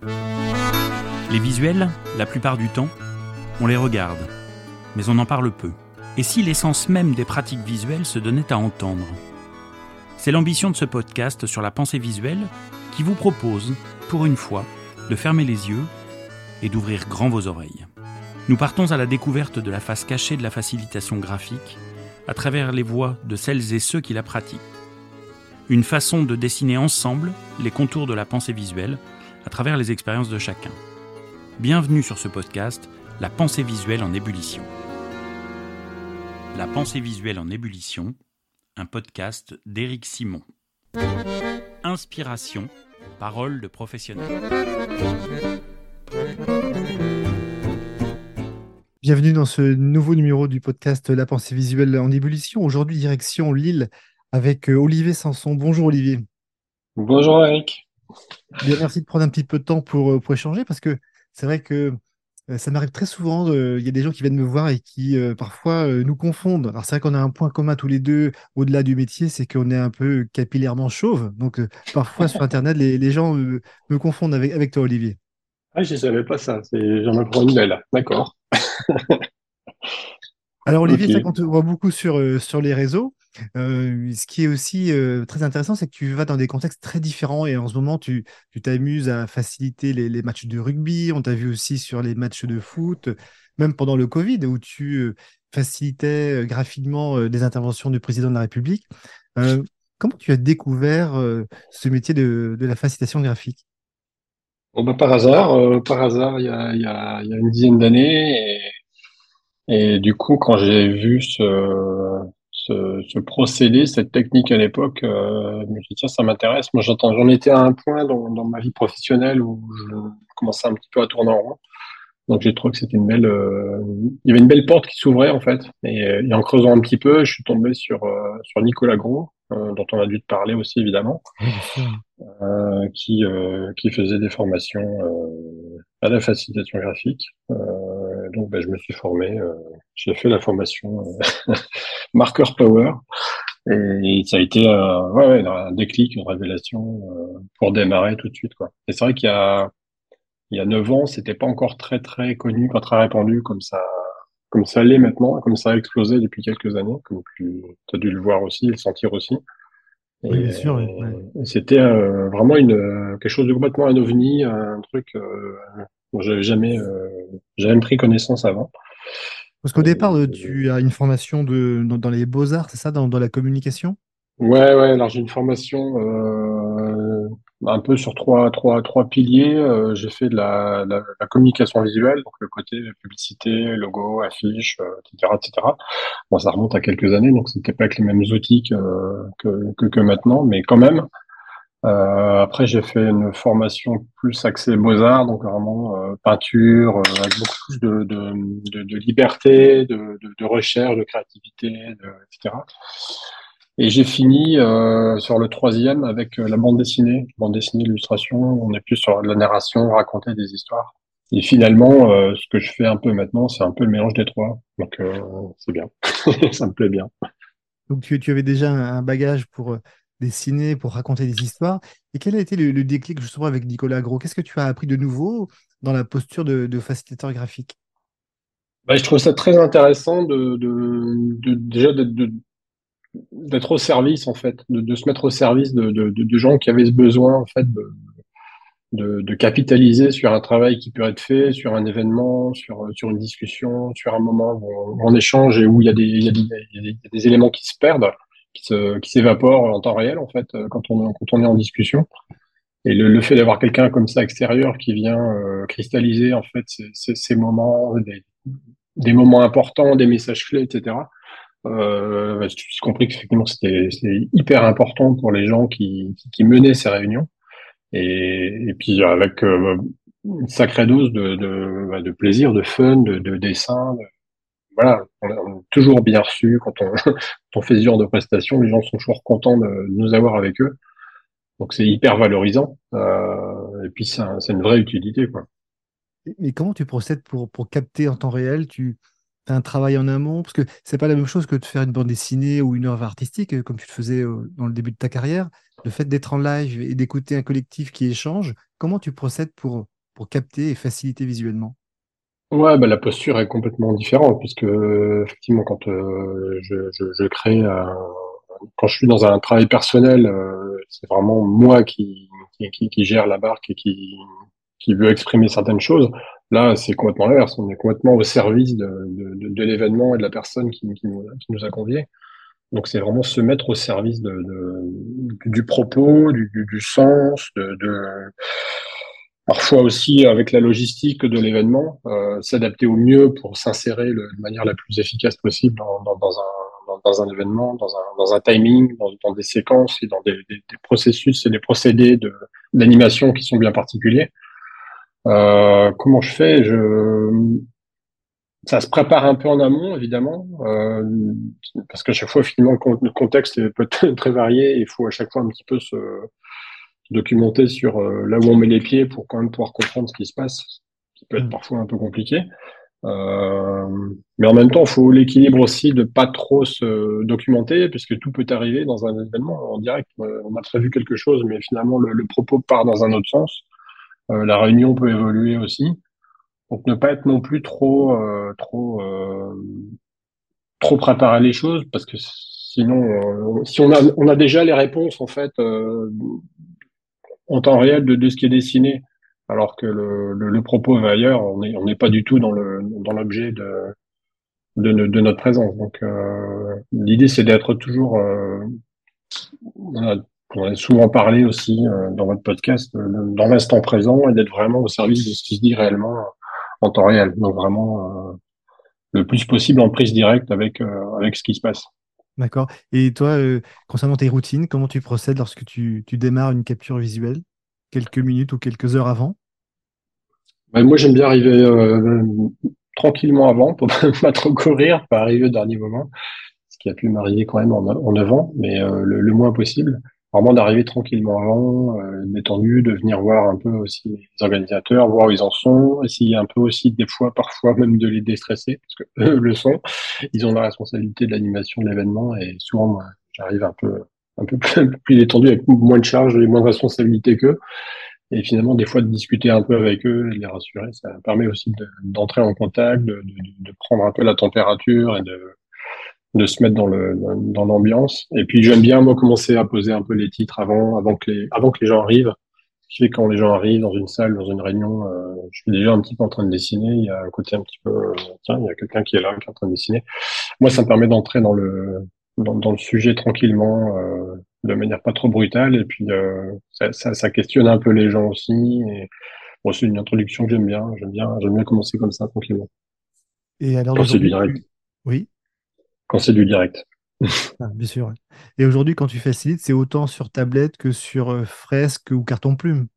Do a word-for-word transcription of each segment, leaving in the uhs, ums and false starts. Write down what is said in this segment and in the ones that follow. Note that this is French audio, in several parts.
Les visuels, la plupart du temps, on les regarde, mais on en parle peu. Et si l'essence même des pratiques visuelles se donnait à entendre ? C'est l'ambition de ce podcast sur la pensée visuelle qui vous propose, pour une fois, de fermer les yeux et d'ouvrir grand vos oreilles. Nous partons à la découverte de la face cachée de la facilitation graphique à travers les voix de celles et ceux qui la pratiquent. Une façon de dessiner ensemble les contours de la pensée visuelle à travers les expériences de chacun. Bienvenue sur ce podcast, La pensée visuelle en ébullition. La pensée visuelle en ébullition, un podcast d'Éric Simon. Inspiration, parole de professionnel. Bienvenue dans ce nouveau numéro du podcast La pensée visuelle en ébullition. Aujourd'hui, direction Lille avec Olivier Sanson. Bonjour Olivier. Bonjour Eric. Bien, merci de prendre un petit peu de temps pour, pour échanger parce que c'est vrai que euh, ça m'arrive très souvent. Il y a des gens qui viennent me voir et qui euh, parfois euh, nous confondent. Alors c'est vrai qu'on a un point commun tous les deux au-delà du métier, c'est qu'on est un peu capillairement chauve. Donc euh, parfois sur Internet, les, les gens euh, me confondent avec, avec toi Olivier. Ah, je savais pas ça. C'est... J'en apprends une belle. D'accord. Alors Olivier, Ok. c'est vrai qu'on te voit beaucoup sur, euh, sur les réseaux. Euh, ce qui est aussi euh, très intéressant, c'est que tu vas dans des contextes très différents et en ce moment, tu tu t'amuses à faciliter les, les matchs de rugby. On t'a vu aussi sur les matchs de foot, même pendant le Covid, où tu euh, facilitais euh, graphiquement euh, des interventions du président de la République. Euh, Comment tu as découvert euh, ce métier de, de la facilitation graphique? Bon, bah, par hasard, euh, par hasard, il y a, il y a, il y a une dizaine d'années. Et, et du coup, quand j'ai vu ce, ce, ce procédé, cette technique à l'époque, euh, je me suis dit, tiens, ça m'intéresse. Moi, j'entends, j'en étais à un point dans, dans ma vie professionnelle où je commençais un petit peu à tourner en rond. Donc j'ai trouvé que c'était une belle, euh, il y avait une belle porte qui s'ouvrait en fait. Et, et en creusant un petit peu, je suis tombé sur euh, sur Nicolas Gros, euh, dont on a dû te parler aussi évidemment, Oui, bien sûr. euh, qui euh, qui faisait des formations euh, à la facilitation graphique. Euh, donc ben, je me suis formé, euh, j'ai fait la formation euh, Marker Power et ça a été euh, ouais, ouais, un déclic, une révélation euh, pour démarrer tout de suite quoi. Et c'est vrai qu'il y a il y a neuf ans, c'était pas encore très très connu, pas très répandu comme ça, comme ça l'est maintenant, comme ça a explosé depuis quelques années, comme tu as dû le voir aussi, le sentir aussi. Oui, Et, bien sûr. Oui, ouais. euh, c'était euh, vraiment une euh, quelque chose de complètement un ovni, un truc euh, dont j'avais jamais euh, jamais pris connaissance avant. Parce qu'au départ, euh, tu Et, as une formation de, dans, dans les beaux-arts, c'est ça, dans, dans la communication? Ouais, ouais, alors j'ai une formation euh, un peu sur trois, trois, trois piliers. Euh, j'ai fait de la, la, la communication visuelle, donc le côté publicité, logo, affiche, euh, et cetera, et cetera. Bon, ça remonte à quelques années, donc c'était pas avec les mêmes outils que, que, que, que maintenant, mais quand même. Euh, après, j'ai fait une formation plus axée beaux-arts, donc vraiment euh, peinture, euh, avec beaucoup plus de, de, de, de liberté, de, de, de recherche, de créativité, de, et cetera. Et j'ai fini euh, sur le troisième avec euh, la bande dessinée, bande dessinée, illustration. On est plus sur de la narration, raconter des histoires. Et finalement, euh, ce que je fais un peu maintenant, c'est un peu le mélange des trois. Donc euh, c'est bien, ça me plaît bien. Donc, tu, tu avais déjà un, un bagage pour euh, dessiner, pour raconter des histoires. Et quel a été le, le déclic justement avec Nicolas Gros? Qu'est-ce que tu as appris de nouveau dans la posture de, de facilitateur graphique? Bah, je trouve ça très intéressant de, de, de déjà d'être de- d'être au service en fait, de, de se mettre au service de, de, de, de gens qui avaient ce besoin en fait de, de, de capitaliser sur un travail qui peut être fait, sur un événement, sur, sur une discussion, sur un moment où on, on échange et où il y a des, il y a des, il y a des, il y a des éléments qui se perdent, qui se, qui s'évaporent en temps réel, en fait, euh, quand on, quand on est en discussion. Et le, le fait d'avoir quelqu'un comme ça extérieur qui vient euh, cristalliser, en fait, ces, ces, ces moments, des, des moments importants, des messages clés, et cetera. Euh, j'ai compris qu'effectivement, c'était, c'était hyper important pour les gens qui, qui, qui menaient ces réunions. Et, et puis avec euh, une sacrée dose de, de, bah, de plaisir, de fun, de, de dessin. De, voilà, on, est on est toujours bien reçu quand on, quand on fait ce genre de prestations. Les gens sont toujours contents de, de nous avoir avec eux. Donc c'est hyper valorisant. Euh, et puis c'est un- c'est une vraie utilité, quoi. Mais comment tu procèdes pour, pour capter en temps réel? Tu as un travail en amont? Parce que c'est pas la même chose que de faire une bande dessinée ou une œuvre artistique, euh, comme tu le faisais euh, dans le début de ta carrière. Le fait d'être en live et d'écouter un collectif qui échange, comment tu procèdes pour pour capter et faciliter visuellement? Ouais, bah, la posture est complètement différente puisque euh, effectivement quand euh, je, je, je crée un- quand je suis dans un travail personnel, euh, c'est vraiment moi qui, qui, qui, qui gère la barque et qui, qui veut exprimer certaines choses. Là, c'est complètement l'inverse. On est complètement au service de, de, de, de l'événement et de la personne qui, qui, nous, qui nous a conviés. Donc c'est vraiment se mettre au service de, de- du propos, du, du, du sens, de, de parfois aussi avec la logistique de l'événement, euh, s'adapter au mieux pour s'insérer le- de manière la plus efficace possible dans, dans, dans un dans, dans un événement, dans un dans un timing, dans, dans des séquences et dans des, des, des processus et des procédés de d'animation qui sont bien particuliers. Euh, comment je fais? Je Ça se prépare un peu en amont, évidemment, euh, parce qu'à chaque fois, finalement, le, con- le contexte est- peut être très varié. Et il faut à chaque fois un petit peu se documenter sur euh, là où on met les pieds pour quand même pouvoir comprendre ce qui se passe, ce qui peut être Mm. parfois un peu compliqué. Euh, mais en même temps, il faut l'équilibre aussi de pas trop se documenter, puisque tout peut arriver dans un événement en direct. Euh, on a prévu quelque chose, mais finalement, le, le propos part dans un autre sens. Euh, la réunion peut évoluer aussi. Donc, ne pas être non plus trop, euh, trop euh, trop préparer les choses parce que sinon, euh, si on a, on a déjà les réponses en fait euh, en temps réel de, de ce qui est dessiné, alors que le, le, le propos va ailleurs, on n'est on n'est pas du tout dans le dans l'objet de, de de notre présence. Donc euh, l'idée c'est d'être toujours, euh, on a, on a souvent parlé aussi euh, dans votre podcast, euh, dans l'instant présent et d'être vraiment au service de ce qui se dit réellement en temps réel. Donc vraiment euh, le plus possible en prise directe avec euh, avec ce qui se passe. D'accord. Et toi, euh, concernant tes routines, comment tu procèdes lorsque tu, tu démarres une capture visuelle? Quelques minutes ou quelques heures avant? Ben, moi, j'aime bien arriver euh, tranquillement avant pour pas trop courir, pas arriver au dernier moment, ce qui a pu m'arriver quand même en, en neuf ans, mais euh, le, le moins possible. Vraiment d'arriver tranquillement avant, euh, détendu, de venir voir un peu aussi les organisateurs, voir où ils en sont, essayer un peu aussi des fois, parfois même de les déstresser, parce que eux le sont. Ils ont la responsabilité de l'animation de l'événement et souvent, moi, j'arrive un peu un peu plus, un peu plus détendu avec moins de charges et moins de responsabilités qu'eux. Et finalement, des fois, de discuter un peu avec eux et de les rassurer, ça permet aussi de- d'entrer en contact, de, de, de prendre un peu la température et de, de se mettre dans le dans l'ambiance. Et puis, j'aime bien, moi, commencer à poser un peu les titres avant, avant que les, avant que les gens arrivent. Ce qui fait que quand les gens arrivent dans une salle, dans une réunion, euh, je suis déjà un petit peu en train de dessiner. Il y a un côté un petit peu, euh, tiens, il y a quelqu'un qui est là, qui est en train de dessiner. Moi, ça me permet d'entrer dans le dans, dans le sujet tranquillement, euh, de manière pas trop brutale. Et puis, euh, ça, ça, ça questionne un peu les gens aussi. Et bon, c'est une introduction que j'aime bien. J'aime bien, j'aime bien commencer comme ça, tranquillement. Et à l'heure Quand c'est du d'aujourd'hui, direct. tu... Oui, Quand c'est du direct. ah, bien sûr. Ouais. Et aujourd'hui, quand tu facilites, c'est autant sur tablette que sur euh, fresque ou carton-plume.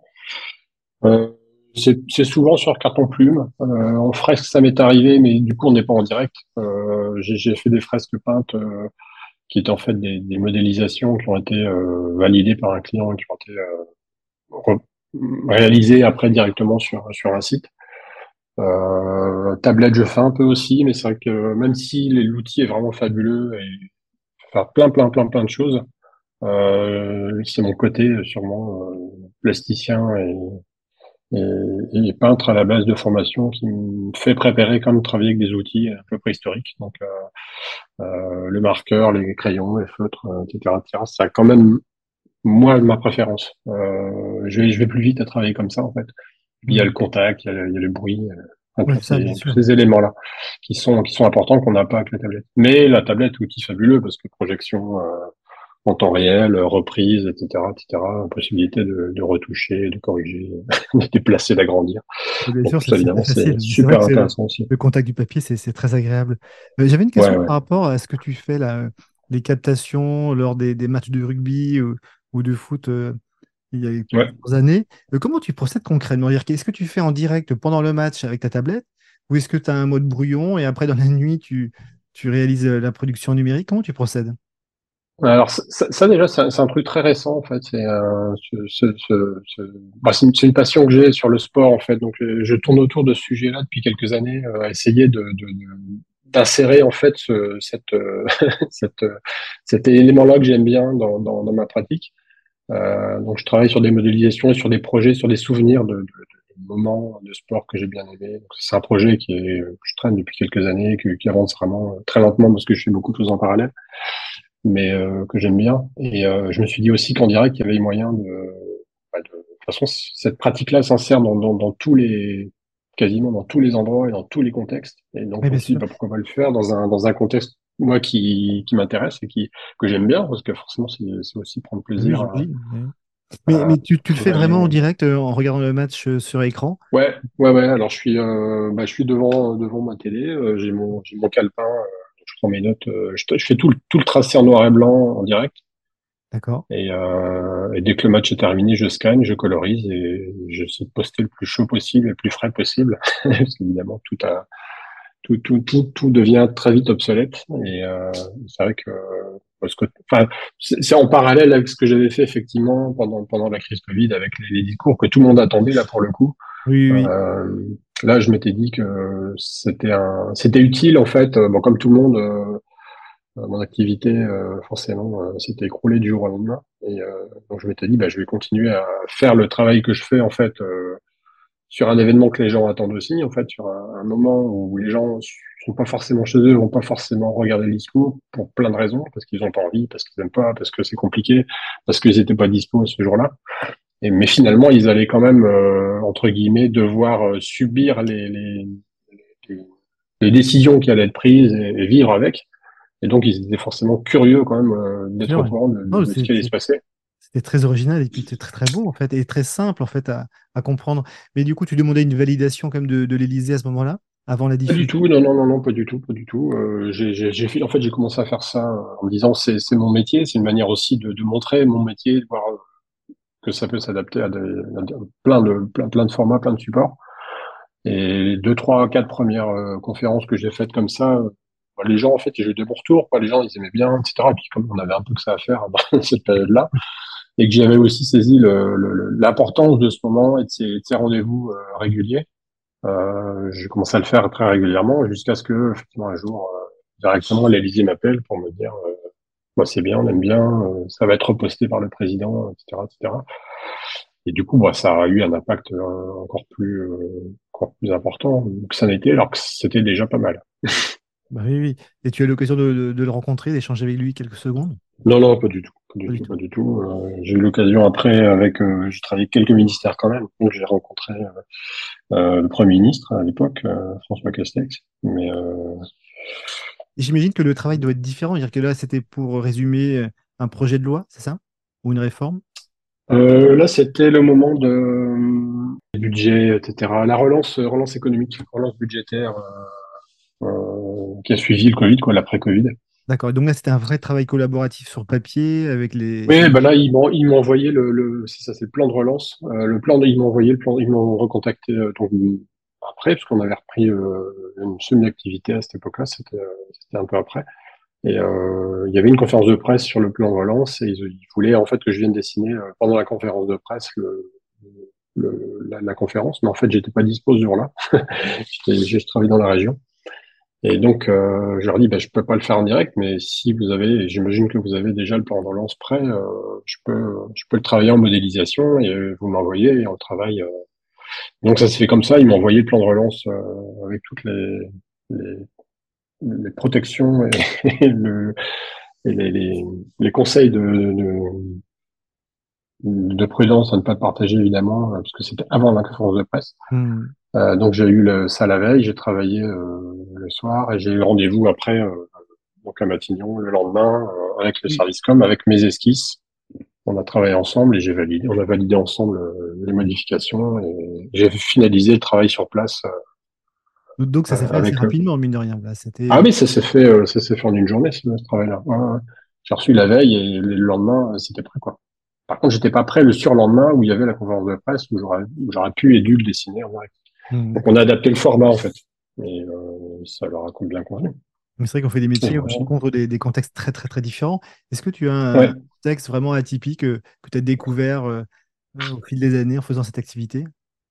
Euh, c'est, c'est souvent sur carton plume. Euh, en fresque, ça m'est arrivé, mais du coup, on n'est pas en direct. Euh, j'ai, j'ai fait des fresques peintes euh, qui étaient en fait des, des modélisations qui ont été euh, validées par un client et qui ont été euh, re- réalisées après directement sur, sur un site. Euh, tablette, je fais un peu aussi, mais c'est vrai que même si l'outil est vraiment fabuleux et faire plein, plein, plein, plein de choses, euh, c'est mon côté euh, sûrement euh, plasticien et, et, et peintre à la base de formation qui me fait préparer quand même travailler avec des outils un peu préhistoriques. Donc euh, euh, le marqueur, les crayons, les feutres, euh, et cetera, et cetera. Ça a quand même moi ma préférence. Euh, je vais, je vais plus vite à travailler comme ça en fait. Puis il y a le Hmm. contact, il y a le, il y a le bruit, euh, enfin, Oui, tous ça, bien ces, tous sûr. ces éléments-là qui sont, qui sont importants qu'on n'a pas avec la tablette. Mais la tablette, outil fabuleux parce que projection euh, en temps réel, euh, reprise, et cetera, et cetera, possibilité de, de retoucher, de corriger, de déplacer, d'agrandir. Et bien Donc sûr, tout c'est ça, c'est très évidemment, c'est facile. Mais c'est vrai super que c'est le, intéressant aussi. le contact du papier, c'est c'est très agréable. Euh, j'avais une Ouais, question ouais. par rapport à ce que tu fais là, les captations lors des, des matchs de rugby ou, ou de foot euh, il y a Ouais. plusieurs années. Euh, comment tu procèdes concrètement? C'est-à-dire, est-ce que tu fais en direct pendant le match avec ta tablette ou est-ce que tu as un mode brouillon et après dans la nuit, tu, tu réalises euh, la production numérique? Comment tu procèdes? Alors ça, ça, ça, déjà, c'est un, c'est un truc très récent en fait. C'est euh, ce, ce, ce, ce- bah, c'est une, c'est une passion que j'ai sur le sport en fait. Donc euh, je tourne autour de ce sujet-là depuis quelques années, euh, à essayer de, de, de- d'insérer en fait ce, cette, euh, cette, euh, cet élément-là que j'aime bien dans, dans, dans ma pratique. Euh, donc je travaille sur des modélisations et sur des projets, sur des souvenirs de, moments de sport que j'ai bien aimé. Donc, c'est un projet qui est, que je traîne depuis quelques années, que, qui avance vraiment euh, très lentement parce que je fais beaucoup de choses en parallèle, mais euh, que j'aime bien. Et euh, je me suis dit aussi qu'en direct, il y avait moyen de, bah, de, de toute façon, cette pratique-là s'insère dans, dans, dans tous les, quasiment dans tous les endroits et dans tous les contextes. Et donc, Oui, je me bien suis dit, sûr. bah, pourquoi pas le faire dans un, dans un contexte, moi, qui, qui m'intéresse et qui, que j'aime bien, parce que forcément, c'est, c'est aussi prendre Oui, plaisir à, j'imagine. Oui. Mais, à mais tu, tu le fais travailler. vraiment en direct euh, en regardant le match euh, sur écran? Ouais, ouais, ouais. Alors, je suis, euh, bah, je suis devant, devant ma télé, euh, j'ai mon, j'ai mon calepin, euh, je prends mes notes, euh, je, je fais tout le, tout le tracé en noir et blanc en direct. D'accord. Et, euh, et dès que le match est terminé, je scanne, je colorise et j'essaie de poster le plus chaud possible et le plus frais possible. Parce qu'évidemment, tout a, tout, tout, tout, tout devient très vite obsolète. Et euh, c'est vrai que, parce que, enfin, c'est c'est en parallèle avec ce que j'avais fait effectivement pendant pendant la crise Covid, avec les, les discours que tout le monde attendait là pour le coup. Oui, oui, oui. Euh, Là, je m'étais dit que c'était un, c'était utile en fait. Euh, Bon, comme tout le monde, euh, mon activité euh, forcément euh, s'était écroulée du jour au lendemain. Et euh, donc, je m'étais dit, bah, je vais continuer à faire le travail que je fais en fait. Euh, sur un événement que les gens attendent aussi, en fait, sur un, un moment où les gens sont pas forcément chez eux, vont pas forcément regarder le discours pour plein de raisons, parce qu'ils ont pas envie, parce qu'ils aiment pas, parce que c'est compliqué, parce qu'ils étaient pas dispo ce jour-là. Et mais finalement, ils allaient quand même euh, entre guillemets devoir euh, subir les, les, les, les décisions qui allaient être prises et, et vivre avec. Et donc, ils étaient forcément curieux quand même euh, C'est d'être au vrai. courant de, Non, de, de ce c'est- qui allait se c'est- passer. c'était très original et puis c'était très très beau en fait et très simple en fait à, à comprendre. Mais du coup, tu demandais une validation quand même de, de l'Élysée à ce moment-là, avant la Pas du diffusion. tout, non, non, non, non, pas du tout, pas du tout. Euh, j'ai, j'ai, j'ai fait, en fait, j'ai commencé à faire ça euh, en me disant c'est, c'est mon métier, c'est une manière aussi de, de montrer mon métier, de voir euh, que ça peut s'adapter à, des, à des- plein de, plein, plein de formats, plein de supports. Et les deux, trois, quatre premières euh, conférences que j'ai faites comme ça, euh, bah, les gens, en fait, j'ai eu des bons retours, quoi. Les gens, ils aimaient bien, et cetera. Et puis, comme on avait un peu que ça à faire dans cette période-là, et que j'avais aussi saisi le, le- le- l'importance de ce moment et de ces, de ces rendez-vous euh, réguliers. Euh, j'ai commencé à le faire très régulièrement jusqu'à ce que, effectivement, un jour, euh, directement, l'Élysée m'appelle pour me dire, euh, moi, c'est bien, on aime bien, euh, ça va être reposté par le président, et cetera, et cetera. Et du coup, bah, ça a eu un impact euh, encore plus, euh, encore plus important que ça n'était, alors que c'était déjà pas mal. Bah oui, oui. Et tu as eu l'occasion de, de- de le rencontrer, d'échanger avec lui quelques secondes? Non, non, pas du tout, pas du Pas du tout, pas tout. du tout. Euh, j'ai eu l'occasion après, avec, euh, j'ai travaillé avec quelques ministères quand même, donc j'ai rencontré euh, euh, le Premier ministre à l'époque, euh, François Castex, mais euh, Et j'imagine que le travail doit être différent. C'est-à-dire que là, c'était pour résumer euh, un projet de loi, c'est ça? Ou une réforme? Euh, là, c'était le moment de euh, budget, et cetera. La relance, euh, relance économique, relance budgétaire euh, euh, qui a suivi le Covid, quoi, l'après-Covid. D'accord. Et donc là, c'était un vrai travail collaboratif sur papier avec les. Oui, bah là, ils m'ont ils m'ont envoyé le, le c'est ça, c'est le plan de relance. Euh, le plan, de, ils m'ont envoyé le plan, ils m'ont recontacté euh, donc après, parce qu'on avait repris euh, une semi-activité à cette époque-là, c'était euh, c'était un peu après. Et euh, il y avait une conférence de presse sur le plan de relance et ils, ils voulaient en fait que je vienne dessiner euh, pendant la conférence de presse le, le, la, la conférence, mais en fait, j'étais pas dispo ce jour-là. J'étais, je travaillais dans la région. Et donc, euh, je leur dis, bah, je peux pas le faire en direct, mais si vous avez, et j'imagine que vous avez déjà le plan de relance prêt, euh, je peux, je peux le travailler en modélisation et euh, vous m'envoyez et on le travaille. euh. Donc, ça s'est fait comme ça. Ils m'ont envoyé le plan de relance euh, avec toutes les, les, les protections et, et le, et les, les, les conseils de, de, de prudence à ne pas partager évidemment, euh, parce que c'était avant la conférence de presse. Hmm. Euh, donc j'ai eu le, ça la veille, j'ai travaillé euh, le soir et j'ai eu rendez-vous après, euh, donc à Matignon, le lendemain, euh, avec le Oui. service com, avec mes esquisses. On a travaillé ensemble et j'ai validé, on a validé ensemble euh, les modifications et j'ai finalisé le travail sur place Donc ça s'est euh, fait assez avec eux. rapidement, mine de rien. Là, Ah c'était. oui, ça s'est fait, euh, ça s'est fait en une journée, ce, ce travail-là. Ouais, ouais. J'ai reçu la veille et le lendemain, euh, c'était prêt, quoi. Par contre, j'étais pas prêt le surlendemain où il y avait la conférence de presse où j'aurais, où j'aurais pu et dû le dessiner en direct. Hmm, Donc, on d'accord. a adapté le format, en fait. Et euh, ça leur a bien convenu. Mais c'est vrai qu'on fait des Et métiers, moi on aussi. rencontre des, des contextes très très très différents. Est-ce que tu as un Ouais. contexte vraiment atypique euh, que tu as découvert euh, euh, au fil des années en faisant cette activité?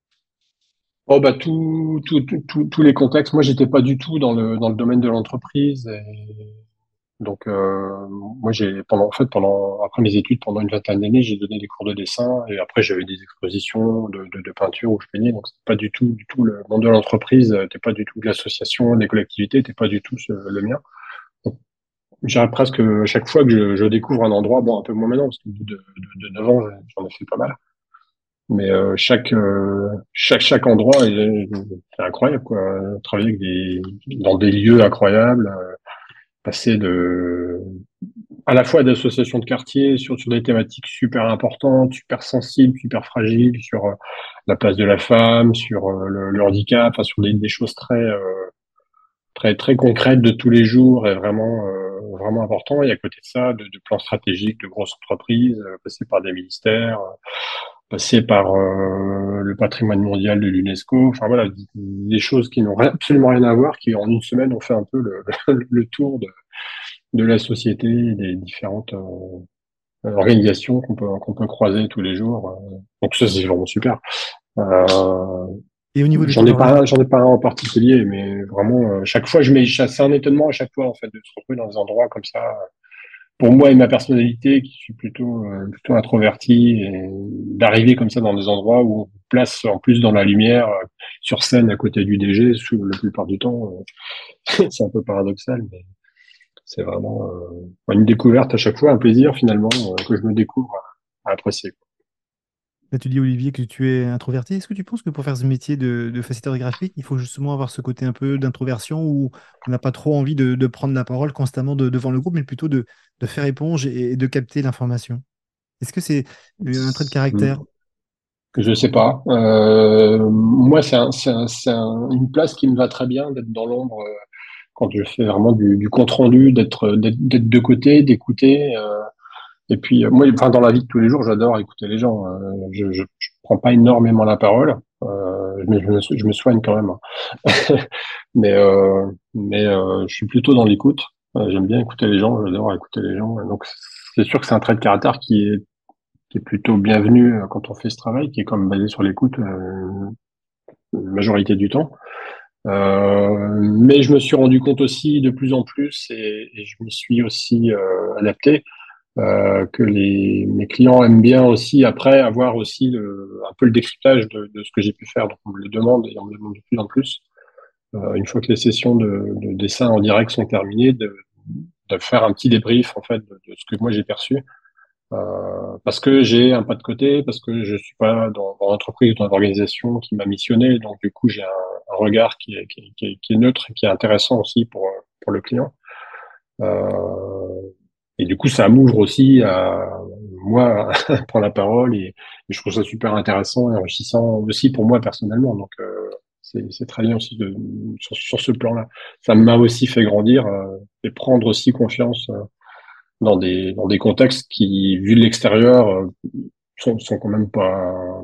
Oh, bah, tout, tout, tout, tout- tous les contextes. Moi, j'étais pas du tout dans le, dans le domaine de l'entreprise. Donc, euh, moi, j'ai pendant, en fait, pendant après mes études, pendant une vingtaine d'années, j'ai donné des cours de dessin et après j'avais des expositions de, de, de peinture où je peignais. Donc, c'était pas du tout, du tout le monde de l'entreprise, euh, t'es pas du tout de l'association, des collectivités, t'es pas du tout ce- le mien. Donc, j'irais presque à chaque fois que je, je découvre un endroit, bon, un peu moins maintenant parce qu'au bout de, de, de neuf ans, j'en ai fait pas mal. Mais euh, chaque, euh, chaque chaque endroit est, c'est incroyable quoi. Travailler avec des dans des lieux incroyables, euh, passer de à la fois d'associations de quartier sur, sur des thématiques super importantes, super sensibles, super fragiles, sur euh, la place de la femme, sur euh, le, le handicap, enfin, sur des, des choses très, euh, très, très concrètes de tous les jours et vraiment, euh, vraiment important. Et à côté de ça, de, de plans stratégiques de grosses entreprises, euh, passer par des ministères, euh, passer par euh, le patrimoine mondial de l'UNESCO. Enfin voilà, des, des choses qui n'ont rien- absolument rien à voir, qui en une semaine ont fait un peu le, le tour de, de la société et des différentes euh, organisations qu'on peut qu'on peut croiser tous les jours. euh. Donc ça c'est vraiment super. Euh, Et au niveau de j'en ton ai horaire, pas un, j'en ai pas un en particulier, mais vraiment euh, chaque fois je mets c'est un étonnement à chaque fois en fait de se retrouver dans des endroits comme ça. Pour moi et ma personnalité qui suis plutôt euh, plutôt introverti et d'arriver comme ça dans des endroits où on vous place en plus dans la lumière euh, sur scène à côté du D G sous la plupart du temps euh, c'est un peu paradoxal mais c'est vraiment euh, une découverte à chaque fois, un plaisir finalement euh, que je me découvre à, à apprécier. là, tu dis Olivier que tu es introverti. Est-ce que tu penses que pour faire ce métier de, de facilitateur graphique, il faut justement avoir ce côté un peu d'introversion où on n'a pas trop envie de, de prendre la parole constamment de- devant le groupe, mais plutôt de, de faire éponge et, et de capter l'information? Est-ce que c'est un trait de caractère que tu Je sais trouves? pas. Euh, moi, c'est un, c'est un- c'est un- une place qui me va très bien d'être dans l'ombre euh, quand je fais vraiment du, du compte rendu, d'être d'être d'être de côté, d'écouter. euh, et puis euh, moi, enfin dans la vie de tous les jours, j'adore écouter les gens. euh, je, je, je prends pas énormément la parole, euh, mais je me, je me soigne quand même. hein. mais euh, mais euh, je suis plutôt dans l'écoute. Euh, j'aime bien écouter les gens. J'adore écouter les gens. Donc c'est sûr que c'est un trait de caractère qui est qui est plutôt bienvenu euh, quand on fait ce travail, qui est quand même basé sur l'écoute euh, la majorité du temps. Euh, mais je me suis rendu compte aussi de plus en plus, et, et je m'y suis aussi euh, adapté, euh, que les, mes clients aiment bien aussi après avoir aussi le, un peu le décryptage de, de ce que j'ai pu faire. Donc on me le demande et on me le demande de plus en plus. Euh, une fois que les sessions de, de dessin en direct sont terminées, de, de faire un petit débrief en fait de, de ce que moi j'ai perçu euh, parce que j'ai un pas de côté, parce que je suis pas dans, dans l'entreprise, dans l'organisation qui m'a missionné, donc du coup j'ai un, un regard qui est, qui, est, qui, est, qui est neutre et qui est intéressant aussi pour pour le client. Euh, et du coup ça m'ouvre aussi à moi à prendre la parole et, et je trouve ça super intéressant et enrichissant aussi pour moi personnellement. Donc euh, c'est c'est très bien aussi de, sur, sur ce plan-là. Ça m'a aussi fait grandir euh, et prendre aussi confiance. Euh, dans des dans des contextes qui, vu de l'extérieur, euh, sont, sont quand même pas,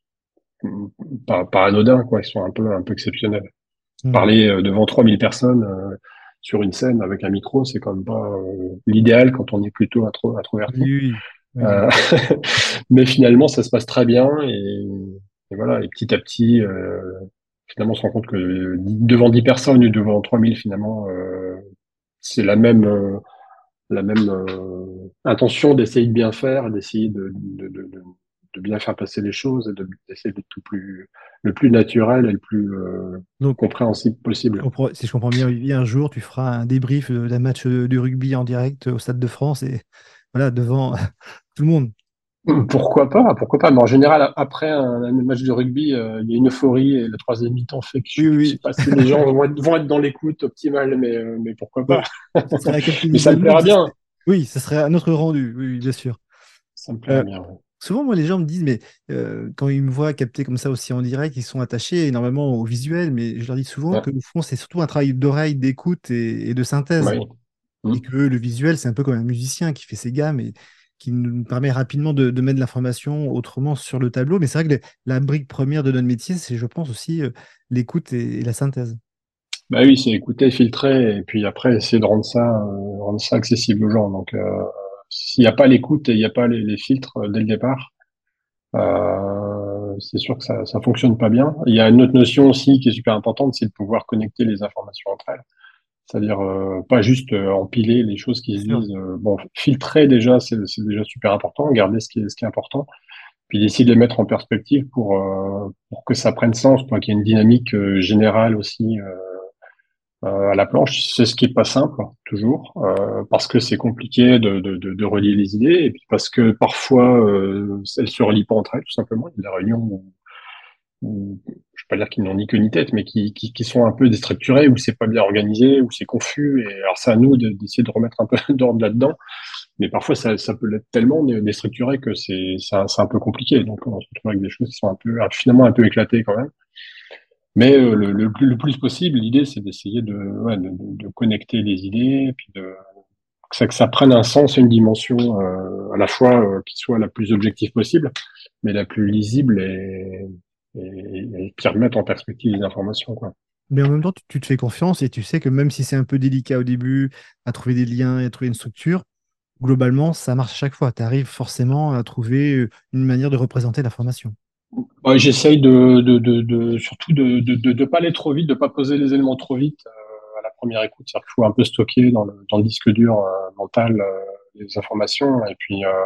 pas pas anodins quoi. Ils sont un peu un peu exceptionnels. Hmm. Parler euh, devant trois mille personnes euh, sur une scène avec un micro, c'est quand même pas euh, l'idéal quand on est plutôt intro, Oui, introverti. oui, oui, oui. Euh, mais finalement, ça se passe très bien et, et voilà. Et petit à petit, euh, finalement, on se rend compte que devant dix personnes ou devant trois mille, finalement, euh, c'est la même. Euh, la même euh, intention d'essayer de bien faire, d'essayer de, de, de, de, de bien faire passer les choses et de, d'essayer d'être tout plus, le plus naturel et le plus euh, Donc, compréhensible je possible. comprends- si je comprends bien, Olivier, un jour, tu feras un débrief euh, d'un match euh, de rugby en direct au Stade de France et voilà, devant tout le monde. Pourquoi pas, pourquoi pas. Mais en général, après un, un match de rugby, euh, il y a une euphorie et le troisième mi-temps fait que je, Oui, je sais oui, pas si les gens vont être, vont être dans l'écoute optimale, mais, euh, mais pourquoi oui. pas. Ce serait à quelques Mais ça niveaux me de monde. plaira Ce serait- bien. Oui, ce serait un autre rendu. Oui, oui, bien sûr. Ça me plaira Euh, bien. Ouais. souvent, moi, les gens me disent, mais euh, quand ils me voient capter comme ça aussi en direct, ils sont attachés énormément au visuel, mais je leur dis souvent Ouais. que au fond, c'est surtout un travail d'oreille, d'écoute et, et de synthèse. Oui. Mm. Et que le visuel, c'est un peu comme un musicien qui fait ses gammes et qui nous permet rapidement de, de mettre de l'information autrement sur le tableau. Mais c'est vrai que les- la brique première de notre métier, c'est, je pense, aussi euh, l'écoute et, et la synthèse. Bah oui, c'est écouter, filtrer, et puis après essayer de rendre ça, euh, rendre ça accessible aux gens. Donc, euh, s'il n'y a pas l'écoute et il n'y a pas les, les filtres euh, dès le départ, euh, c'est sûr que ça, ça fonctionne pas bien. Il y a une autre notion aussi qui est super importante, c'est de pouvoir connecter les informations entre elles. C'est-à-dire euh, pas juste euh, empiler les choses qui Bien se sûr. disent. Euh, bon, filtrer déjà, c'est c'est déjà super important. Garder ce qui est ce qui est important. Puis d'essayer de les mettre en perspective pour euh, pour que ça prenne sens, pour qu'il y ait une dynamique euh, générale aussi euh, euh, à la planche. C'est ce qui est pas simple toujours, euh, parce que c'est compliqué de, de, de, de relier les idées, et puis parce que parfois euh, elles se relient pas entre elles tout simplement. Il y a des réunions où, où je vais pas dire qu'ils n'ont ni queue ni tête, mais qui, qui, qui sont un peu déstructurées, où c'est pas bien organisé, où c'est confus. Et alors c'est à nous de- d'essayer de remettre un peu d'ordre là-dedans. Mais parfois, ça, ça peut l'être tellement dé- déstructuré que c'est c'est un, c'est un peu compliqué. Donc, on se retrouve avec des choses qui sont un peu, finalement, un peu éclatées quand même. Mais euh, le, le, plus le plus possible, l'idée, c'est d'essayer de, ouais, de, de, de connecter les idées, et puis de, que ça, que ça prenne un sens et une dimension euh, à la fois euh, qui soit la plus objective possible, mais la plus lisible et, et, et qui remette en perspective les informations, quoi. Mais en même temps, tu, tu te fais confiance et tu sais que même si c'est un peu délicat au début, à trouver des liens et à trouver une structure, globalement, ça marche à chaque fois. Tu arrives forcément à trouver euh, une manière de représenter l'information. Ouais, j'essaye de, de, de, de surtout de, de, de, de pas aller trop vite, de pas poser les éléments trop vite euh, à la première écoute. C'est-à-dire qu'il faut un peu stocker dans le, dans le disque dur euh, mental euh, les informations et puis euh,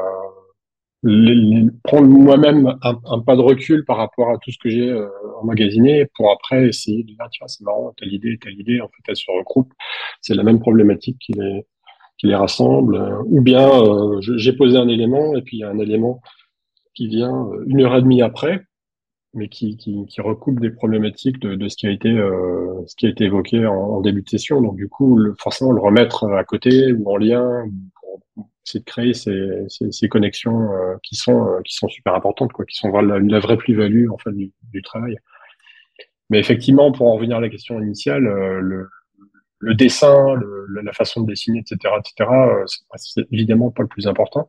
les, les- prendre moi-même un, un pas de recul par rapport à tout ce que j'ai euh, emmagasiné pour après essayer de dire tiens c'est marrant telle idée telle idée en fait elle se regroupe. C'est la même problématique qui les qui les rassemble. Euh, ou bien euh, je- j'ai posé un élément et puis il y a un élément qui vient euh, une heure et demie après mais qui, qui, qui recoupe des problématiques de, de ce qui a été euh, ce qui a été évoqué en, en début de session. Donc du coup, le, forcément, le remettre à côté ou en lien pour essayer de créer ces, ces, ces connexions euh, qui sont euh, qui sont super importantes, quoi, qui sont la, la vraie plus-value en fait du, du travail. Mais effectivement, pour en revenir à la question initiale, euh, le, le dessin, le, la façon de dessiner, et cetera, et cetera, euh, c'est c'est évidemment pas le plus important.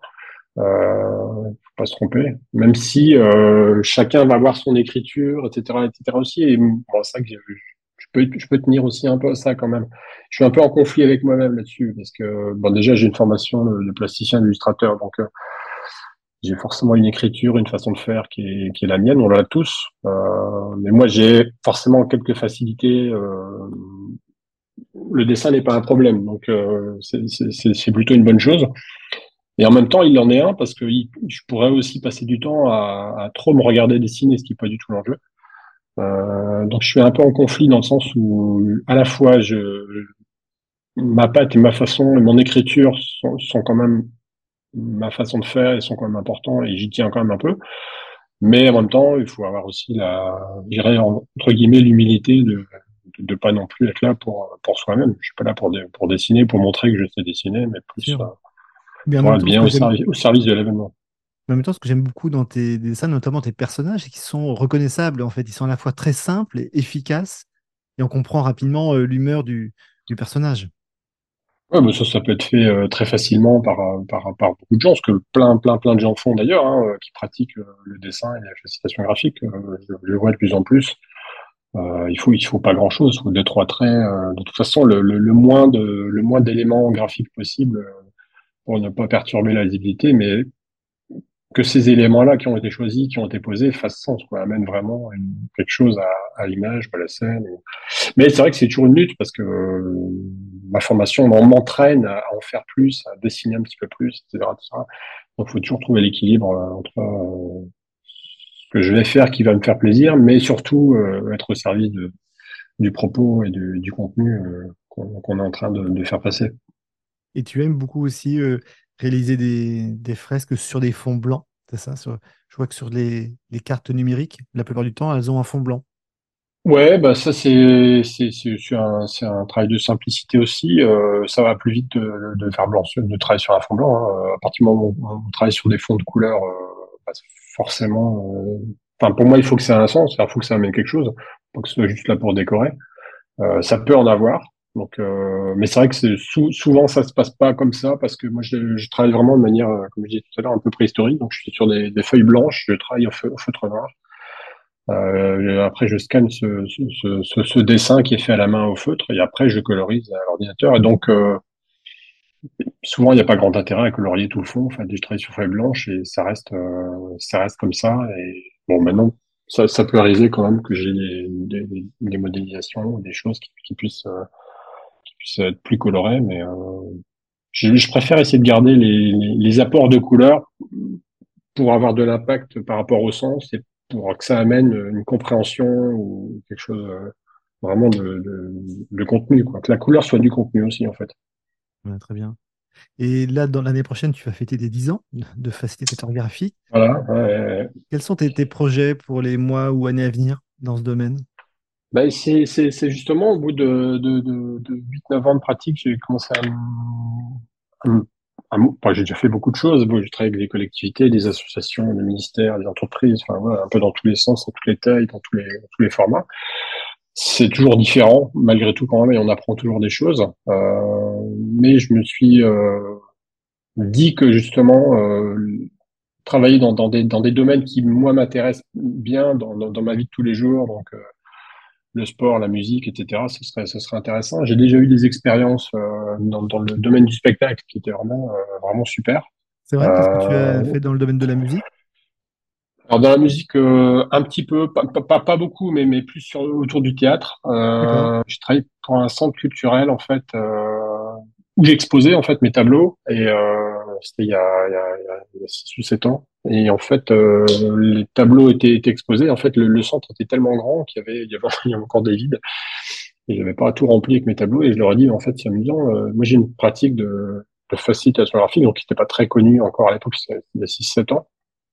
Euh, faut pas se tromper. Même si euh, chacun va avoir son écriture, et cetera, et cetera aussi. Et bon, c'est ça que je, je peux, je peux tenir aussi un peu à ça quand même. Je suis un peu en conflit avec moi-même là-dessus parce que bon, déjà j'ai une formation de, de plasticien, d'illustrateur, donc euh, j'ai forcément une écriture, une façon de faire qui est, qui est la mienne. On l'a tous. Euh, mais moi j'ai forcément quelques facilités. Euh, le dessin n'est pas un problème, donc euh, c'est c'est- c'est plutôt une bonne chose. Et en même temps, il en est un parce que il- je pourrais aussi passer du temps à, à trop me regarder dessiner, ce qui n'est pas du tout l'enjeu. Euh, donc je suis un peu en conflit dans le sens où à la fois je, ma patte et ma façon et mon écriture sont, sont quand même ma façon de faire et sont quand même importants et j'y tiens quand même un peu. Mais en même temps, il faut avoir aussi la, je dirais entre guillemets l'humilité de, de de pas non plus être là pour pour soi-même. Je suis pas là pour dé- pour dessiner, pour montrer que je sais dessiner, mais plus euh, Sûr. Mais en pour même être temps, ce bien que au j'aime, service au service de l'événement. mais en même temps, ce que j'aime beaucoup dans tes dessins, notamment tes personnages, c'est qu'ils sont reconnaissables. En fait, ils sont à la fois très simples et efficaces, et on comprend rapidement euh, l'humeur du, du personnage. Ouais, mais ça, ça peut être fait euh, très facilement par, euh, par, par beaucoup de gens, ce que plein, plein, plein de gens font d'ailleurs, hein, euh, qui pratiquent euh, le dessin et la facilitation graphique. Euh, je, je le vois de plus en plus. Euh, il faut, il faut pas grand-chose, il faut deux, trois traits. Euh, de toute façon, le, le, le moins de, le moins d'éléments graphiques possible euh, pour ne pas perturber la lisibilité, mais que ces éléments-là qui ont été choisis, qui ont été posés, fassent sens, quoi, amènent vraiment une- quelque chose à, à l'image, à la scène. Mais c'est vrai que c'est toujours une lutte parce que euh, ma formation on m'entraîne à en faire plus, à dessiner un petit peu plus, et cetera, et cetera. Donc, il faut toujours trouver l'équilibre euh, entre euh, ce que je vais faire qui va me faire plaisir, mais surtout euh, être au service de, du propos et du, du contenu euh, qu'on qu'on est en train de, de faire passer. Et tu aimes beaucoup aussi euh, réaliser des, des fresques sur des fonds blancs, c'est ça? Sur- je vois que sur les, les cartes numériques, la plupart du temps, elles ont un fond blanc. Ouais, bah ça c'est c'est c'est c'est un c'est un travail de simplicité aussi. Euh, ça va plus vite de, de faire blanc de travailler sur un fond blanc. Hein. À partir du moment où on, on travaille sur des fonds de couleur, euh, bah, forcément. euh, Enfin, pour moi, il faut que ça ait un sens. Il faut que ça amène quelque chose, pas que ce soit juste là pour décorer. Euh, ça peut en avoir. Donc, euh, mais c'est vrai que c'est sou- souvent ça se passe pas comme ça parce que moi je, je travaille vraiment de manière, euh, comme je disais tout à l'heure, un peu préhistorique. Donc, je suis sur des, des feuilles blanches. Je travaille au, feu- au feutre noir. Euh, après, je scanne ce, ce, ce, ce- ce dessin qui est fait à la main au feutre et après, je colorise à l'ordinateur. Et donc, euh, souvent, il n'y a pas grand intérêt à colorier tout le fond. Enfin, je travaille sur feuille blanche et ça reste, euh, ça reste comme ça. Et bon, maintenant, ça, ça peut arriver quand même que j'ai des, des, des modélisations ou des choses qui, qui puissent, euh, puisse être plus coloré, mais euh, je, je préfère essayer de garder les, les, les apports de couleurs pour avoir de l'impact par rapport au sens et pour que ça amène une compréhension ou quelque chose euh, vraiment de, de, de contenu, quoi. Que la couleur soit du contenu aussi, en fait. Ouais, très bien. Et là, dans l'année prochaine, tu vas fêter tes dix ans de facilitateur graphique. Voilà. Ouais. Quels sont tes, tes projets pour les mois ou années à venir dans ce domaine? Ben, c'est, c'est, c'est justement au bout de, de, de, de huit neuf ans de pratique, j'ai commencé à, me- à, me- à me- enfin, j'ai déjà fait beaucoup de choses. Bon, j'ai travaillé avec des collectivités, des associations, des ministères, des entreprises, enfin, voilà, un peu dans tous les sens, dans toutes les tailles, dans tous les, dans tous les formats. C'est toujours différent, malgré tout quand même, et on apprend toujours des choses. Euh, mais je me suis euh, dit que justement, euh, travailler dans, dans, des, dans des domaines qui, moi, m'intéressent bien dans, dans, dans ma vie de tous les jours, donc euh, le sport, la musique, et cetera, ce serait, ce serait intéressant. J'ai déjà eu des expériences euh, dans, dans le domaine du spectacle qui étaient vraiment, euh, vraiment super. C'est vrai, qu'est-ce que tu as Euh, fait dans le domaine de la musique? alors dans la musique, euh, un petit peu, pas, pas, pas beaucoup, mais, mais plus sur, autour du théâtre. D'accord. Euh, j'ai travaillé pour un centre culturel en fait, euh, où j'ai exposé en fait mes tableaux et euh, c'était il y a, il y a, il y a il y a six ou sept ans. Et en fait, euh, les tableaux étaient, étaient exposés. En fait, le, le centre était tellement grand qu'il y avait, il y avait, il y avait encore des vides. Et j'avais pas tout rempli avec mes tableaux. Et je leur ai dit, en fait, c'est amusant. Euh, moi, j'ai une pratique de, de facilitation graphique, donc qui n'était pas très connue encore à l'époque, c'était il y a six sept ans.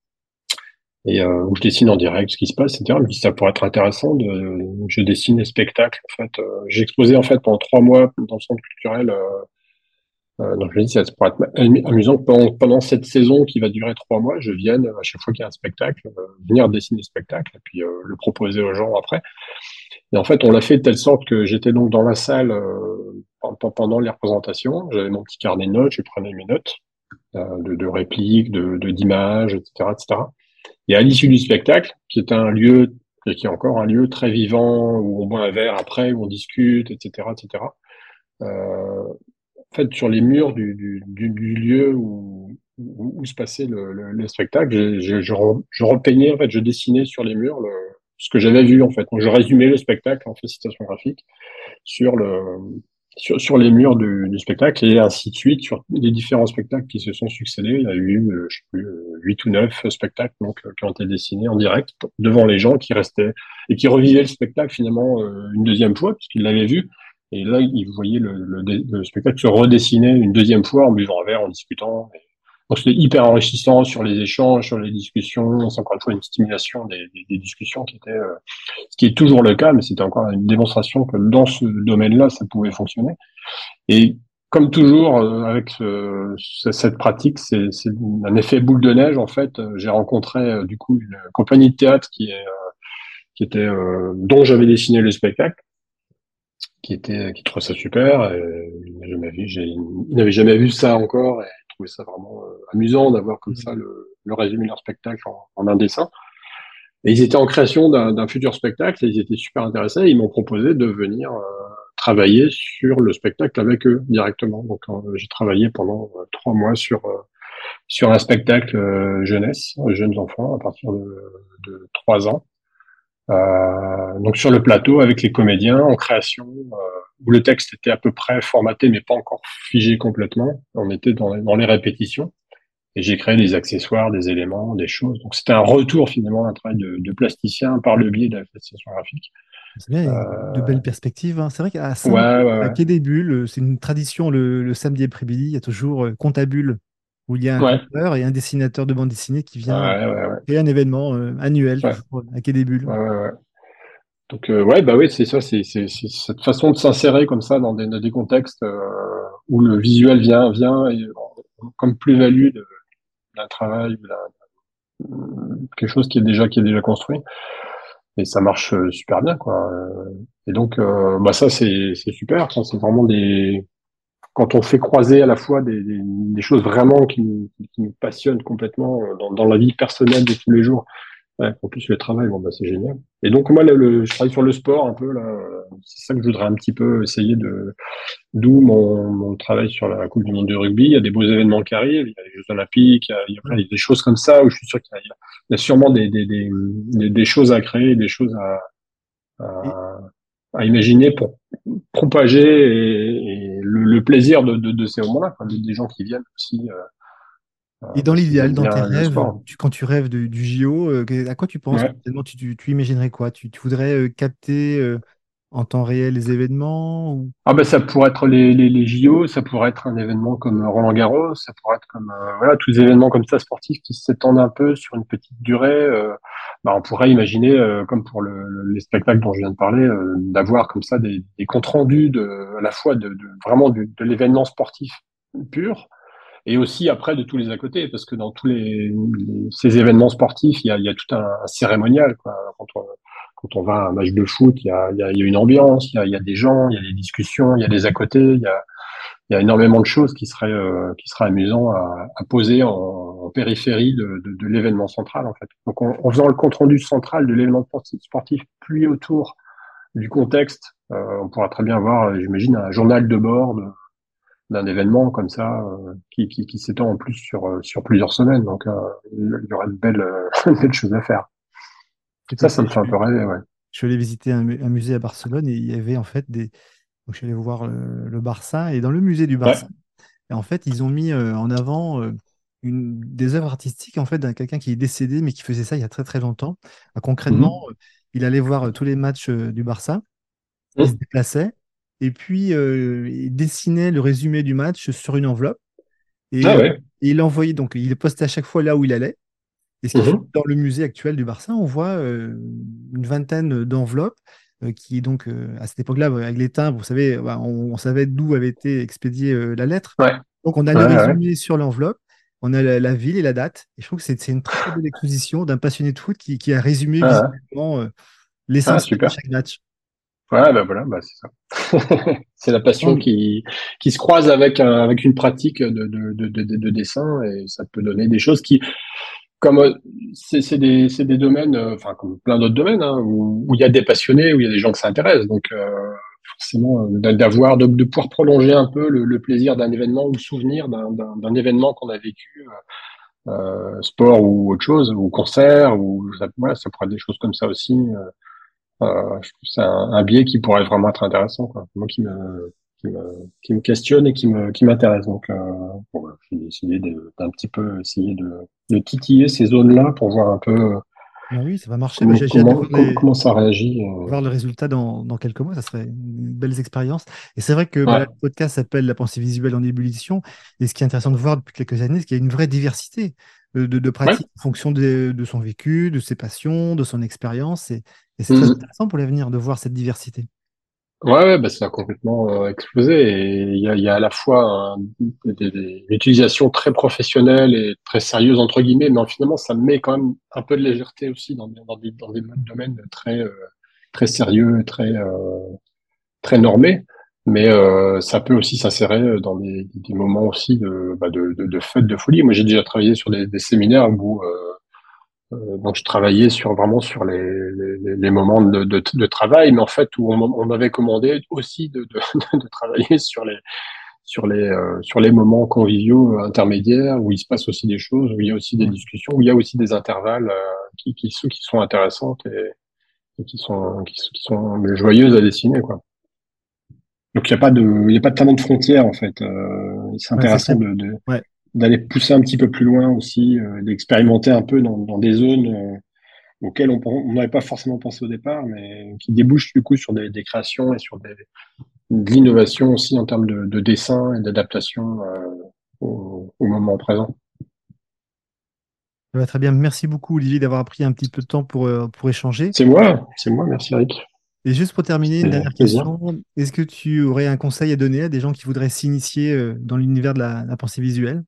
Et euh, où je dessine en direct ce qui se passe, et cetera. Je me dis, ça pourrait être intéressant. De, je dessine des spectacles. En fait, euh, j'ai exposé en fait pendant trois mois dans le centre culturel. Euh, euh, donc je me dis, ça pourrait être ami- amusant que pendant, pendant cette saison qui va durer trois mois, je vienne à chaque fois qu'il y a un spectacle, euh, venir dessiner le spectacle et puis euh, le proposer aux gens après. Et en fait, on l'a fait de telle sorte que j'étais donc dans la salle euh, pen- pendant les représentations. J'avais mon petit carnet de notes, je prenais mes notes euh, de, de répliques, de, de d'images, et cetera, et cetera. Et à l'issue du spectacle, qui est un lieu, et qui est encore un lieu très vivant, où on boit un verre après, où on discute, et cetera, et cetera. Euh, en fait, sur les murs du, du, du, du lieu où, où, où se passait le, le, le spectacle, je, je, je, re- je repeignais, en fait, je dessinais sur les murs le, ce que j'avais vu, en fait. Donc, je résumais le spectacle en facilitation graphique sur le, sur, sur les murs du, du spectacle et ainsi de suite sur les différents spectacles qui se sont succédés. Il y a eu, euh, je sais plus, euh, huit ou neuf spectacles donc euh, qui ont été dessinés en direct devant les gens qui restaient et qui revivaient le spectacle finalement euh, une deuxième fois puisqu'ils l'avaient vu. Et là, ils voyaient le, le, le spectacle se redessiner une deuxième fois en buvant un verre, en discutant. Donc c'était hyper enrichissant sur les échanges, sur les discussions. C'est encore une fois une stimulation des, des, des discussions qui était, euh, ce qui est toujours le cas, mais c'était encore une démonstration que dans ce domaine-là, ça pouvait fonctionner. Et comme toujours euh, avec ce, ce- cette pratique, c'est c'est un effet boule de neige en fait. Euh, J'ai rencontré euh, du coup une compagnie de théâtre qui est euh, qui était euh, dont j'avais dessiné le spectacle, qui était qui trouvait ça super. Et il n'avait jamais vu, j'ai- il n'avait jamais vu ça encore et il trouvait ça vraiment euh, amusant d'avoir comme ça Mhm. le, le résumé de leur spectacle en, en un dessin. Et ils étaient en création d'un d'un futur spectacle et ils étaient super intéressés. Et ils m'ont proposé de venir euh, travailler sur le spectacle avec eux directement. Donc euh, j'ai travaillé pendant euh, trois mois sur euh, sur un spectacle euh, jeunesse, euh, jeunes enfants à partir de, de trois ans. Euh, donc sur le plateau avec les comédiens en création, euh, où le texte était à peu près formaté mais pas encore figé complètement. On était dans, dans les répétitions. Et j'ai créé des accessoires, des éléments, des choses. Donc c'était un retour finalement, un travail de, de plasticien par le biais de la facilitation graphique. C'est bien, il y a de Euh, belles perspectives, hein. C'est vrai qu'à Saint, ouais, ouais, à ouais. Quai des Bulles, euh, c'est une tradition le, le samedi après-midi, il y a toujours euh, Compte à Bulles, où il y a un Ouais, conteur et un dessinateur de bande dessinée qui ouais, vient ouais, ouais. créer un événement euh, annuel, Ouais, toujours euh, à Quai des Bulles. ouais, ouais, ouais. Donc euh, ouais, bah oui, c'est ça, c'est c'est c'est cette façon de s'insérer comme ça dans des, dans des contextes euh, où le visuel vient vient et, euh, comme plus-value de- d'un travail ou d'un- quelque chose qui est déjà qui est déjà construit et ça marche euh, super bien quoi. Euh, Et donc euh, bah ça c'est c'est super, ça c'est vraiment des quand on fait croiser à la fois des, des, des choses vraiment qui nous, qui nous passionnent complètement euh, dans, dans la vie personnelle de tous les jours. Ouais, en plus le travail, bon bah c'est génial. Et donc moi là, le, je travaille sur le sport un peu là. euh, C'est ça que je voudrais un petit peu essayer de. D'où mon, mon travail sur la Coupe du Monde de rugby. Il y a des beaux événements qui arrivent. Il y a les Jeux Olympiques. Il y a, il y a, voilà, il y a des choses comme ça où je suis sûr qu'il y a, il y a sûrement des, des, des, des, des choses à créer, des choses à, Et, à, à imaginer pour propager et, et le, le plaisir de, de, de ces moments-là, quoi, des gens qui viennent aussi euh, Et dans parce qu'ils l'idéal, aiment dans tes bien le rêves, sport. tu, quand tu rêves de- du J O, euh, que- à quoi tu penses? Ouais. Potentiellement, Tu, tu, tu imaginerais quoi? Tu, tu voudrais euh, capter euh, en temps réel les événements ou- Ah ben ça pourrait être les, les, les J O, ça pourrait être un événement comme Roland Garros, ça pourrait être comme euh, voilà tous les événements comme ça sportifs qui s'étendent un peu sur une petite durée. Euh, bah, on pourrait imaginer, euh, comme pour le, le- les spectacles dont je viens de parler, euh, d'avoir comme ça des, des comptes rendus de à la fois de, de vraiment du- de l'événement sportif pur et aussi après de tous les à côté, parce que dans tous les, les- ces événements sportifs, il y a, il y a tout un, un cérémonial, quoi. Quand on, quand on va à un match de foot, il y a, il y a, il y a une ambiance, il y a, il y a des gens, il y a des discussions, il y a des à côté, il y a, il y a énormément de choses qui seraient, euh, qui seraient amusants à, à poser en, en périphérie de, de, de l'événement central, en fait. Donc, en, en faisant le compte rendu central de l'événement sportif, puis autour du contexte, euh, on pourra très bien avoir, j'imagine, un journal de bord de, d'un événement comme ça euh, qui, qui, qui s'étend en plus sur, euh, sur plusieurs semaines. Donc, euh, il y aura de belles, euh, de belles choses à faire. Cet Ça, ça été, me je fait un peu suis, rêver, ouais. je suis allé visiter un, mu- un musée à Barcelone et il y avait en fait des. Donc, je suis allé voir le, le Barça et dans le musée du Ouais. Barça, et en fait, ils ont mis euh, en avant euh, une, des œuvres artistiques en fait d'un quelqu'un qui est décédé mais qui faisait ça il y a très très longtemps. Ah, concrètement, Mhm. euh, il allait voir euh, tous les matchs euh, du Barça, il se Mhm. déplaçait et puis euh, il dessinait le résumé du match sur une enveloppe et, Ah euh, ouais. et il envoyait donc il postait à chaque fois là où il allait. Et ce qui fait que Mhm. dans le musée actuel du Barça, on voit euh, une vingtaine d'enveloppes euh, qui, donc, euh, à cette époque-là, avec les timbres, vous savez, bah, on, on savait d'où avait été expédiée euh, la lettre. Ouais. Donc, on a Ouais, le ouais. résumé sur l'enveloppe, on a la, la ville et la date. Et je trouve que c'est c'est une très, très belle exposition d'un passionné de foot qui, qui a résumé Ah, ouais. visuellement euh, Ah, l'essentiel de super. chaque match. Ouais, bah voilà, bah c'est ça. C'est la passion Non, qui, qui se croise avec, un, avec une pratique de, de, de, de, de dessin et ça peut donner des choses qui, comme euh, c'est c'est des, c'est des domaines, euh, enfin comme plein d'autres domaines, hein, où, où il y a des passionnés, où il y a des gens qui s'intéressent. Donc euh, forcément, euh, d'a- d'avoir, de, de pouvoir prolonger un peu le, le plaisir d'un événement ou le souvenir d'un d'un- d'un événement qu'on a vécu, euh, sport ou autre chose, ou concert, ou ça, voilà, ça pourrait être des choses comme ça aussi. Euh, euh, je trouve que c'est un, un biais qui pourrait vraiment être intéressant, quoi. Moi qui me, qui me, qui me questionne et qui me, qui m'intéresse. Donc, euh, bon, voilà, j'ai décidé de- d'un petit peu essayer de, de titiller ces zones-là pour voir un peu euh, bah oui, ça va marcher. Bah, comment, j'ai j'ai hâte de comment, voir com- les, comment ça réagit. euh. voir le résultat dans, dans quelques mois, ça serait une belle expérience. Et c'est vrai que bah, Ouais, là, le podcast s'appelle La pensée visuelle en ébullition. Et ce qui est intéressant de voir depuis quelques années, c'est qu'il y a une vraie diversité euh, de, de ouais. pratiques en fonction de, de son vécu, de ses passions, de son expérience. Et, et c'est très Mhm. intéressant pour l'avenir de voir cette diversité. Ouais, ouais, bah, ça a complètement euh, explosé. Et il y a, il y a à la fois un- des, des- des- une utilisation très professionnelle et très sérieuse, entre guillemets, mais finalement, ça met quand même un peu de légèreté aussi dans, des- dans des, dans des domaines très, euh, très sérieux, très, euh, très normés. Mais euh, ça peut aussi s'insérer dans des, des moments aussi de, bah, de, de, de fête, de folie. Moi, j'ai déjà travaillé sur des, des séminaires où euh, euh, donc je travaillais sur vraiment sur les, les, les moments de, de, de travail, mais en fait où on, on m'avait commandé aussi de, de, de travailler sur les sur les euh, sur les moments conviviaux euh, intermédiaires où il se passe aussi des choses, où il y a aussi des Ouais. discussions, où il y a aussi des intervalles euh, qui, qui, sont- qui sont intéressantes et, et qui sont qui, sont qui sont joyeuses à dessiner, quoi. Donc il n'y a pas de il y a pas tellement de frontières en fait. Euh, c'est Ouais, c'est intéressant très. de, de Ouais. d'aller pousser un petit peu plus loin aussi, euh, d'expérimenter un peu dans, dans des zones euh, auxquelles on on n'aurait pas forcément pensé au départ, mais qui débouchent du coup sur des, des créations et sur des, de l'innovation aussi en termes de, de dessin et d'adaptation euh, au, au moment présent. Ça va très bien. Merci beaucoup, Olivier, d'avoir pris un petit peu de temps pour, euh, pour échanger. C'est moi, c'est moi, merci Eric. Et juste pour terminer, une C'était un dernière plaisir. question. Est-ce que tu aurais un conseil à donner à des gens qui voudraient s'initier euh, dans l'univers de la, la pensée visuelle?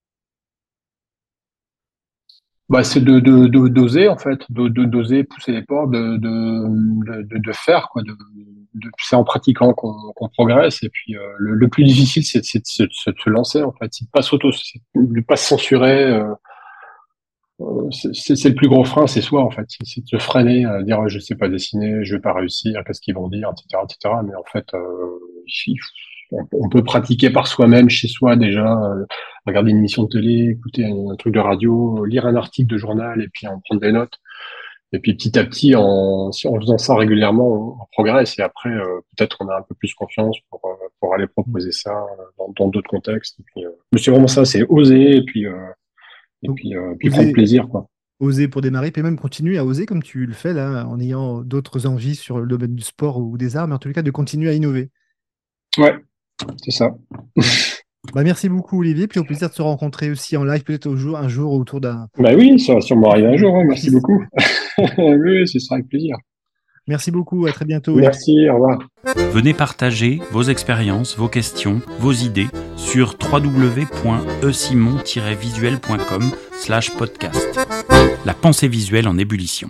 Bah, c'est de, de, de- d'oser en fait, de, de- d'oser pousser les portes, de, de, de, de faire quoi. De, de- c'est en pratiquant qu'on, qu'on progresse. Et puis euh, le, le plus difficile, c'est, c'est de se, se- de se lancer en fait, c'est de pas s'auto, c'est de pas se censurer. euh, Euh, c'est c'est- c'est le plus gros frein, c'est soi en fait. C'est c'est de se freiner, à dire je sais pas dessiner, je vais pas réussir, qu'est-ce qu'ils vont dire, et cetera, et cetera. Mais en fait, euh, il- on, on peut pratiquer par soi-même, chez soi déjà, euh, regarder une émission de télé, écouter un, un truc de radio, lire un article de journal et puis en prendre des notes. Et puis petit à petit, en, en faisant ça régulièrement, on progresse. Et après, euh, peut-être on a un peu plus confiance pour, euh, pour aller proposer ça dans, dans d'autres contextes. Et puis, euh, mais c'est vraiment ça, c'est oser et puis, euh, et Donc, puis, euh, puis oser, prendre plaisir, quoi. oser pour démarrer, puis même continuer à oser comme tu le fais là, en ayant d'autres envies sur le domaine du sport ou des arts, mais en tout cas de continuer à innover. Ouais, c'est ça. Bah, merci beaucoup Olivier, puis au plaisir de se rencontrer aussi en live peut-être au jour, un jour autour d'un... Bah oui, ça va sûrement arriver un jour. Hein. Merci Fils. beaucoup. Oui, ce sera avec plaisir. Merci beaucoup, à très bientôt. Merci, au revoir. Venez partager vos expériences, vos questions, vos idées sur w w w point e simon tiret visuel point com slash podcast. La pensée visuelle en ébullition.